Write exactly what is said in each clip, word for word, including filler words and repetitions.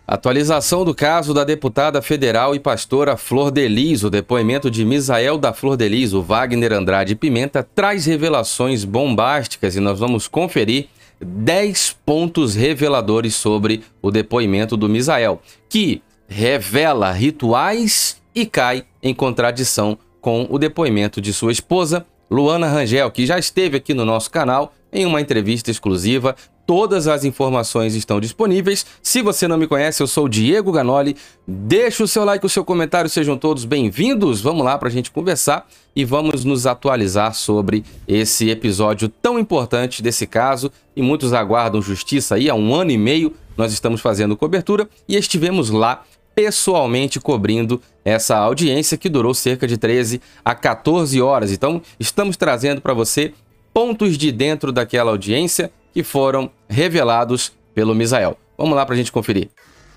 Atualização do caso da deputada federal e pastora Flor de Lis. O depoimento de Misael da Flor de Lis, o Wagner Andrade Pimenta, traz revelações bombásticas e nós vamos conferir dez pontos reveladores sobre o depoimento do Misael, que revela rituais e cai em contradição com o depoimento de sua esposa, Luana Rangel, que já esteve aqui no nosso canal em uma entrevista exclusiva. Todas as informações estão disponíveis. Se você não me conhece, eu sou o Diego Ganoli. Deixa o seu like, o seu comentário, sejam todos bem-vindos. Vamos lá para a gente conversar e vamos nos atualizar sobre esse episódio tão importante desse caso. E muitos aguardam justiça aí. Há um ano e meio nós estamos fazendo cobertura e estivemos lá pessoalmente cobrindo essa audiência que durou cerca de treze a quatorze horas. Então, estamos trazendo para você pontos de dentro daquela audiência que foram revelados pelo Misael. Vamos lá para a gente conferir.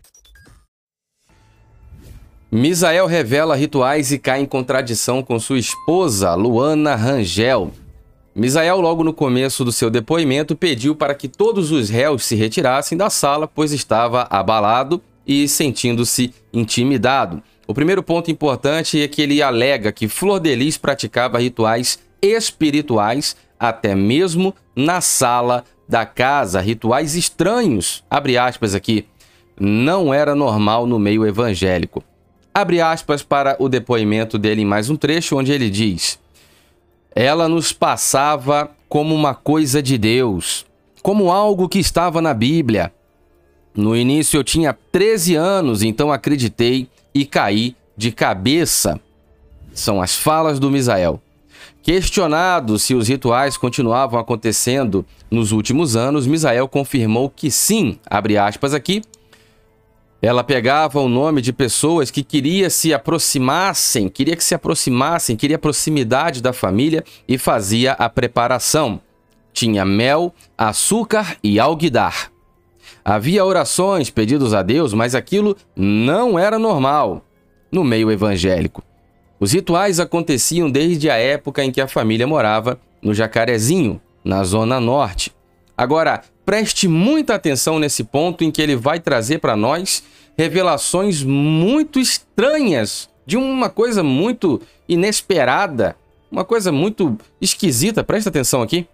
Misael revela rituais e cai em contradição com sua esposa, Luana Rangel. Misael, logo no começo do seu depoimento, pediu para que todos os réus se retirassem da sala, pois estava abalado e sentindo-se intimidado. O primeiro ponto importante é que ele alega que Flor de Lis praticava rituais espirituais até mesmo na sala da casa, rituais estranhos, abre aspas aqui, não era normal no meio evangélico. Abre aspas para o depoimento dele em mais um trecho, onde ele diz: ela nos passava como uma coisa de Deus, como algo que estava na Bíblia. No início eu tinha treze anos, então acreditei e caí de cabeça. São as falas do Misael. Questionado se os rituais continuavam acontecendo nos últimos anos, Misael confirmou que sim, abre aspas aqui. Ela pegava o nome de pessoas que queria se aproximassem, queria que se aproximassem, queria proximidade da família e fazia a preparação. Tinha mel, açúcar e alguidar. Havia orações, pedidos a Deus, mas aquilo não era normal no meio evangélico. Os rituais aconteciam desde a época em que a família morava no Jacarezinho, na Zona Norte. Agora, preste muita atenção nesse ponto em que ele vai trazer para nós revelações muito estranhas, de uma coisa muito inesperada, uma coisa muito esquisita. Presta atenção aqui.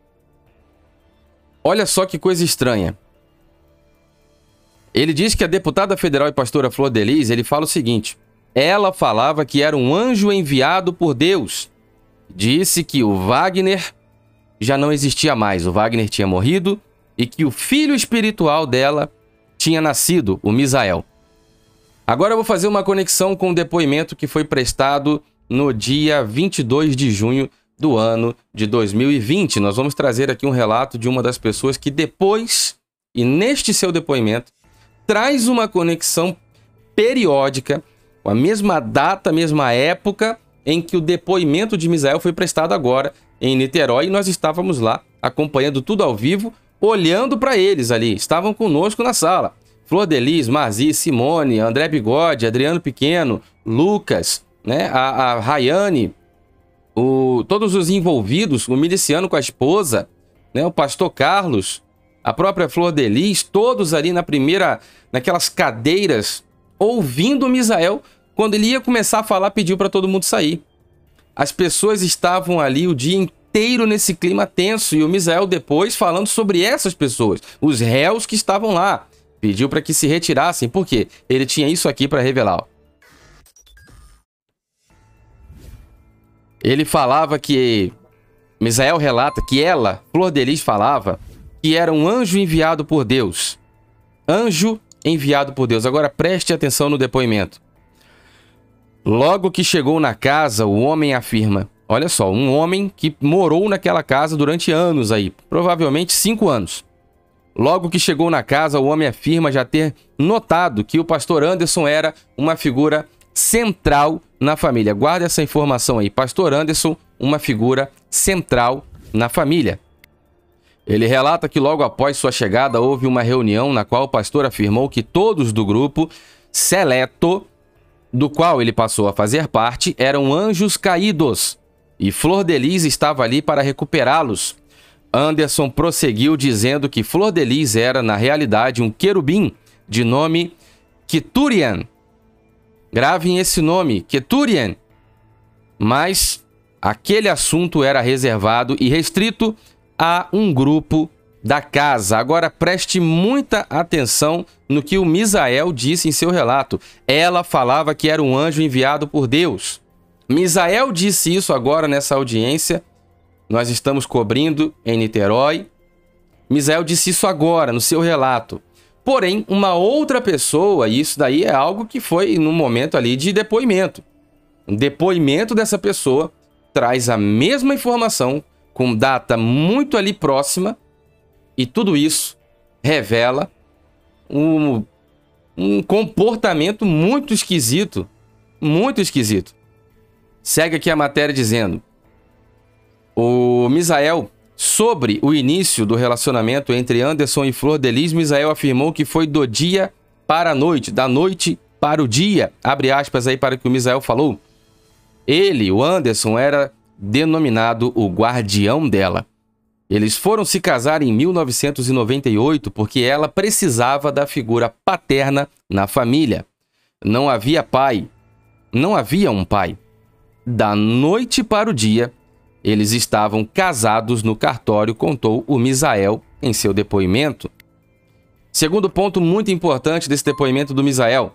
Olha só que coisa estranha. Ele diz que a deputada federal e pastora Flor de Lis, ele fala o seguinte: ela falava que era um anjo enviado por Deus. Disse que o Wagner já não existia mais, o Wagner tinha morrido e que o filho espiritual dela tinha nascido, o Misael. Agora eu vou fazer uma conexão com o depoimento que foi prestado no dia vinte e dois de junho do ano de dois mil e vinte. Nós vamos trazer aqui um relato de uma das pessoas que depois, e neste seu depoimento, traz uma conexão periódica com a mesma data, a mesma época em que o depoimento de Misael foi prestado agora em Niterói, e nós estávamos lá acompanhando tudo ao vivo, olhando para eles ali, estavam conosco na sala. Flor de Lis, Marzi, Simone, André Bigode, Adriano Pequeno, Lucas, né, a, a Rayane, o, todos os envolvidos, o miliciano com a esposa, né, o pastor Carlos, a própria Flor de Lis, todos ali na primeira, naquelas cadeiras, ouvindo o Misael. Quando ele ia começar a falar, pediu para todo mundo sair. As pessoas estavam ali o dia inteiro nesse clima tenso e o Misael depois falando sobre essas pessoas, os réus que estavam lá. Pediu para que se retirassem, porque ele tinha isso aqui para revelar. Ó. Ele falava que... Misael relata que ela, Flor de Lis, falava que era um anjo enviado por Deus. Anjo enviado por Deus. Agora preste atenção no depoimento. Logo que chegou na casa, o homem afirma... Olha só, um homem que morou naquela casa durante anos aí, provavelmente cinco anos. Logo que chegou na casa, o homem afirma já ter notado que o pastor Anderson era uma figura central na família. Guarda essa informação aí. Pastor Anderson, uma figura central na família. Ele relata que logo após sua chegada houve uma reunião na qual o pastor afirmou que todos do grupo seleto, do qual ele passou a fazer parte, eram anjos caídos e Flor de Lis estava ali para recuperá-los. Anderson prosseguiu dizendo que Flor de Lis era, na realidade, um querubim de nome Queturian. Gravem esse nome, Queturian. Mas aquele assunto era reservado e restrito a um grupo da casa. Agora preste muita atenção no que o Misael disse em seu relato. Ela falava que era um anjo enviado por Deus. Misael disse isso agora nessa audiência. Nós estamos cobrindo em Niterói. Misael disse isso agora no seu relato. Porém, uma outra pessoa, e isso daí é algo que foi no momento ali de depoimento. Um depoimento dessa pessoa traz a mesma informação, com data muito ali próxima, e tudo isso revela um, um comportamento muito esquisito, muito esquisito. Segue aqui a matéria dizendo: o Misael, sobre o início do relacionamento entre Anderson e Flor de Lis, Misael afirmou que foi do dia para a noite, da noite para o dia. Abre aspas aí para o que o Misael falou. Ele, o Anderson, era denominado o guardião dela. Eles foram se casar em mil novecentos e noventa e oito porque ela precisava da figura paterna na família. Não havia pai. Não havia um pai. Da noite para o dia, eles estavam casados no cartório, contou o Misael em seu depoimento. Segundo ponto muito importante desse depoimento do Misael.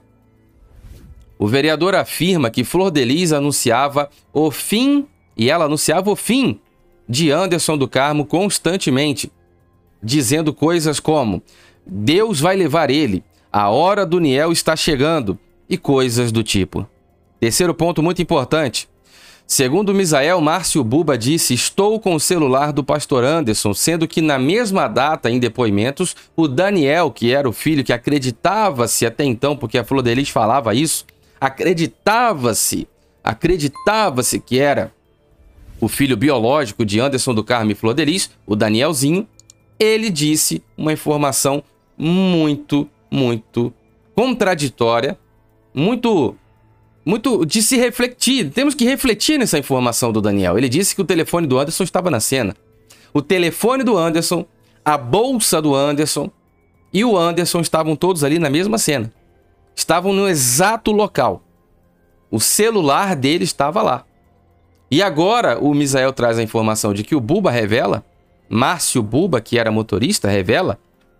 O vereador afirma que Flor de Lis anunciava o fim, e ela anunciava o fim de Anderson do Carmo constantemente, dizendo coisas como: Deus vai levar ele, a hora do Niel está chegando, e coisas do tipo. Terceiro ponto muito importante. Segundo Misael, Márcio Buba disse: estou com o celular do pastor Anderson, sendo que na mesma data, em depoimentos, o Daniel, que era o filho que acreditava-se até então, porque a Flor de Lis falava isso, acreditava-se, acreditava-se que era o filho biológico de Anderson do Carmo e Flor de Lis, o Danielzinho, ele disse uma informação muito, muito contraditória, muito... Muito de se refletir. Temos que refletir nessa informação do Daniel. Ele disse que o telefone do Anderson estava na cena. O telefone do Anderson, a bolsa do Anderson e o Anderson estavam todos ali na mesma cena. Estavam no exato local. O celular dele estava lá. E agora o Misael traz a informação de que o Buba revela, Márcio Buba, que era motorista, revela.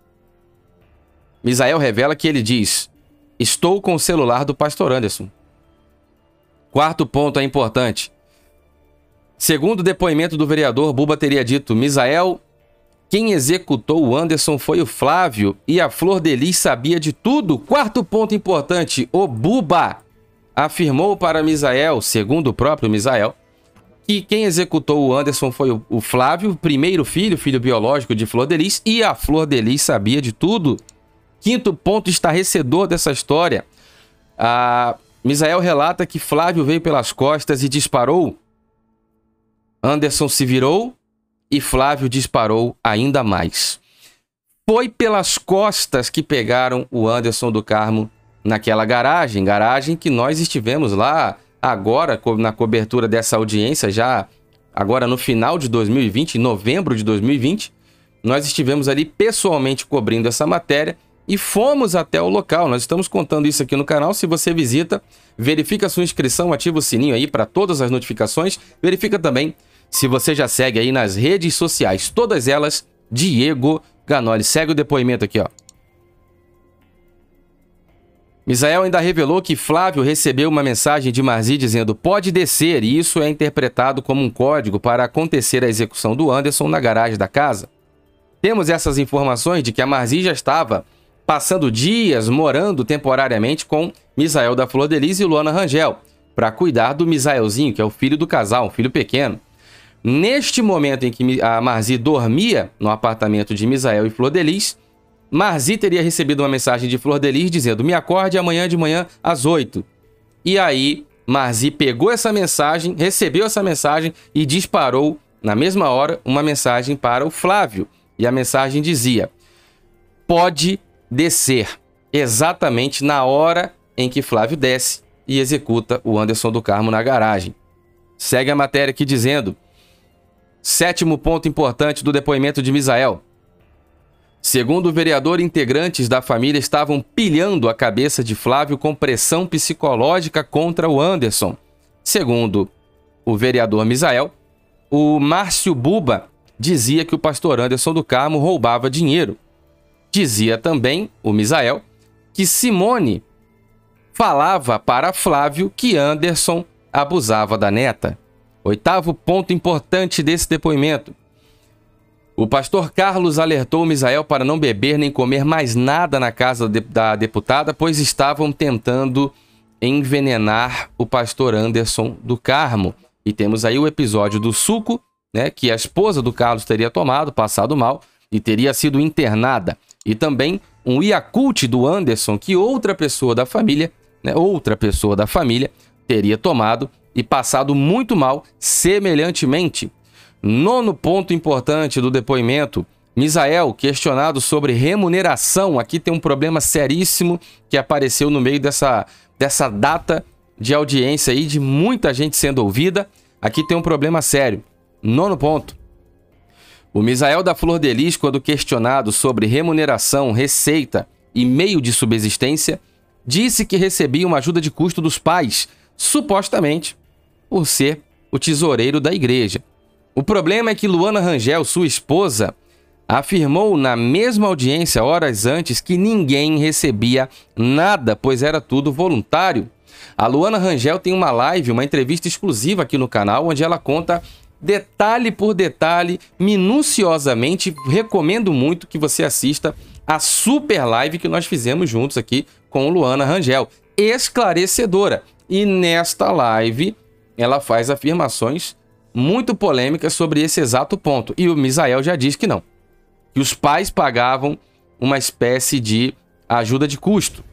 Misael revela que ele diz: estou com o celular do pastor Anderson. Quarto ponto é importante. Segundo o depoimento do vereador, Buba teria dito: Misael, quem executou o Anderson foi o Flávio e a Flor de Lis sabia de tudo. Quarto ponto importante, o Buba afirmou para Misael, segundo o próprio Misael, que quem executou o Anderson foi o Flávio, primeiro filho, filho biológico de Flor de Lis, e a Flor de Lis sabia de tudo. Quinto ponto estarrecedor dessa história. A Misael relata que Flávio veio pelas costas e disparou. Anderson se virou e Flávio disparou ainda mais. Foi pelas costas que pegaram o Anderson do Carmo naquela garagem, garagem que nós estivemos lá agora na cobertura dessa audiência, já agora no final de dois mil e vinte, em novembro de dois mil e vinte, nós estivemos ali pessoalmente cobrindo essa matéria e fomos até o local. Nós estamos contando isso aqui no canal. Se você visita, verifica a sua inscrição, ativa o sininho aí para todas as notificações. Verifica também se você já segue aí nas redes sociais, todas elas, Diego Ganoli. Segue o depoimento aqui, ó. Misael ainda revelou que Flávio recebeu uma mensagem de Marzi dizendo: pode descer, e isso é interpretado como um código para acontecer a execução do Anderson na garagem da casa. Temos essas informações de que a Marzi já estava passando dias morando temporariamente com Misael da Flor de Lis e Luana Rangel, para cuidar do Misaelzinho, que é o filho do casal, um filho pequeno. Neste momento em que a Marzi dormia no apartamento de Misael e Flor de Lis, Marzi teria recebido uma mensagem de Flor de Lis dizendo: me acorde amanhã de manhã às oito. E aí, Marzi pegou essa mensagem, recebeu essa mensagem e disparou, na mesma hora, uma mensagem para o Flávio. E a mensagem dizia: pode descer, exatamente na hora em que Flávio desce e executa o Anderson do Carmo na garagem. Segue a matéria aqui dizendo: sétimo ponto importante do depoimento de Misael. Segundo o vereador, integrantes da família estavam pilhando a cabeça de Flávio com pressão psicológica contra o Anderson. Segundo o vereador Misael, o Márcio Buba dizia que o pastor Anderson do Carmo roubava dinheiro. Dizia também o Misael que Simone falava para Flávio que Anderson abusava da neta. Oitavo ponto importante desse depoimento. O pastor Carlos alertou o Misael para não beber nem comer mais nada na casa da deputada, pois estavam tentando envenenar o pastor Anderson do Carmo. E temos aí o episódio do suco, né, que a esposa do Carlos teria tomado, passado mal, e teria sido internada. E também um Yakult do Anderson, que outra pessoa da família, né, outra pessoa da família, teria tomado e passado muito mal semelhantemente. Nono ponto importante do depoimento. Misael, questionado sobre remuneração. Aqui tem um problema seríssimo que apareceu no meio dessa, dessa data de audiência aí, de muita gente sendo ouvida. Aqui tem um problema sério. Nono ponto. O Misael da Flor de Lis, quando questionado sobre remuneração, receita e meio de subsistência, disse que recebia uma ajuda de custo dos pais, supostamente por ser o tesoureiro da igreja. O problema é que Luana Rangel, sua esposa, afirmou na mesma audiência, horas antes, que ninguém recebia nada, pois era tudo voluntário. A Luana Rangel tem uma live, uma entrevista exclusiva aqui no canal, onde ela conta detalhe por detalhe, minuciosamente. Recomendo muito que você assista a super live que nós fizemos juntos aqui com Luana Rangel. Esclarecedora. E nesta live, ela faz afirmações muito polêmicas sobre esse exato ponto. E o Misael já diz que não. Que os pais pagavam uma espécie de ajuda de custo.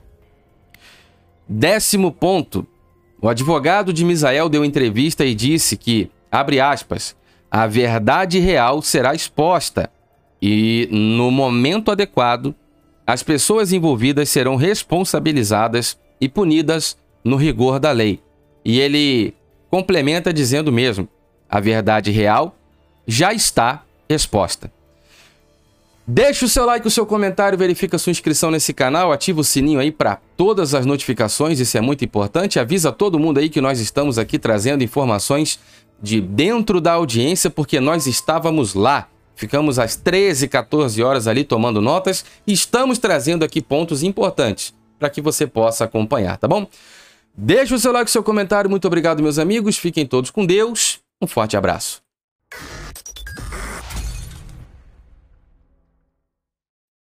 Décimo ponto. O advogado de Misael deu entrevista e disse que, abre aspas, a verdade real será exposta e, no momento adequado, as pessoas envolvidas serão responsabilizadas e punidas no rigor da lei. E ele complementa dizendo mesmo, a verdade real já está exposta. Deixa o seu like, o seu comentário, verifica a sua inscrição nesse canal, ativa o sininho aí para todas as notificações, isso é muito importante. Avisa todo mundo aí que nós estamos aqui trazendo informações de dentro da audiência, porque nós estávamos lá. Ficamos às treze, quatorze horas ali tomando notas e estamos trazendo aqui pontos importantes para que você possa acompanhar, tá bom? Deixa o seu like, o seu comentário. Muito obrigado, meus amigos. Fiquem todos com Deus. Um forte abraço.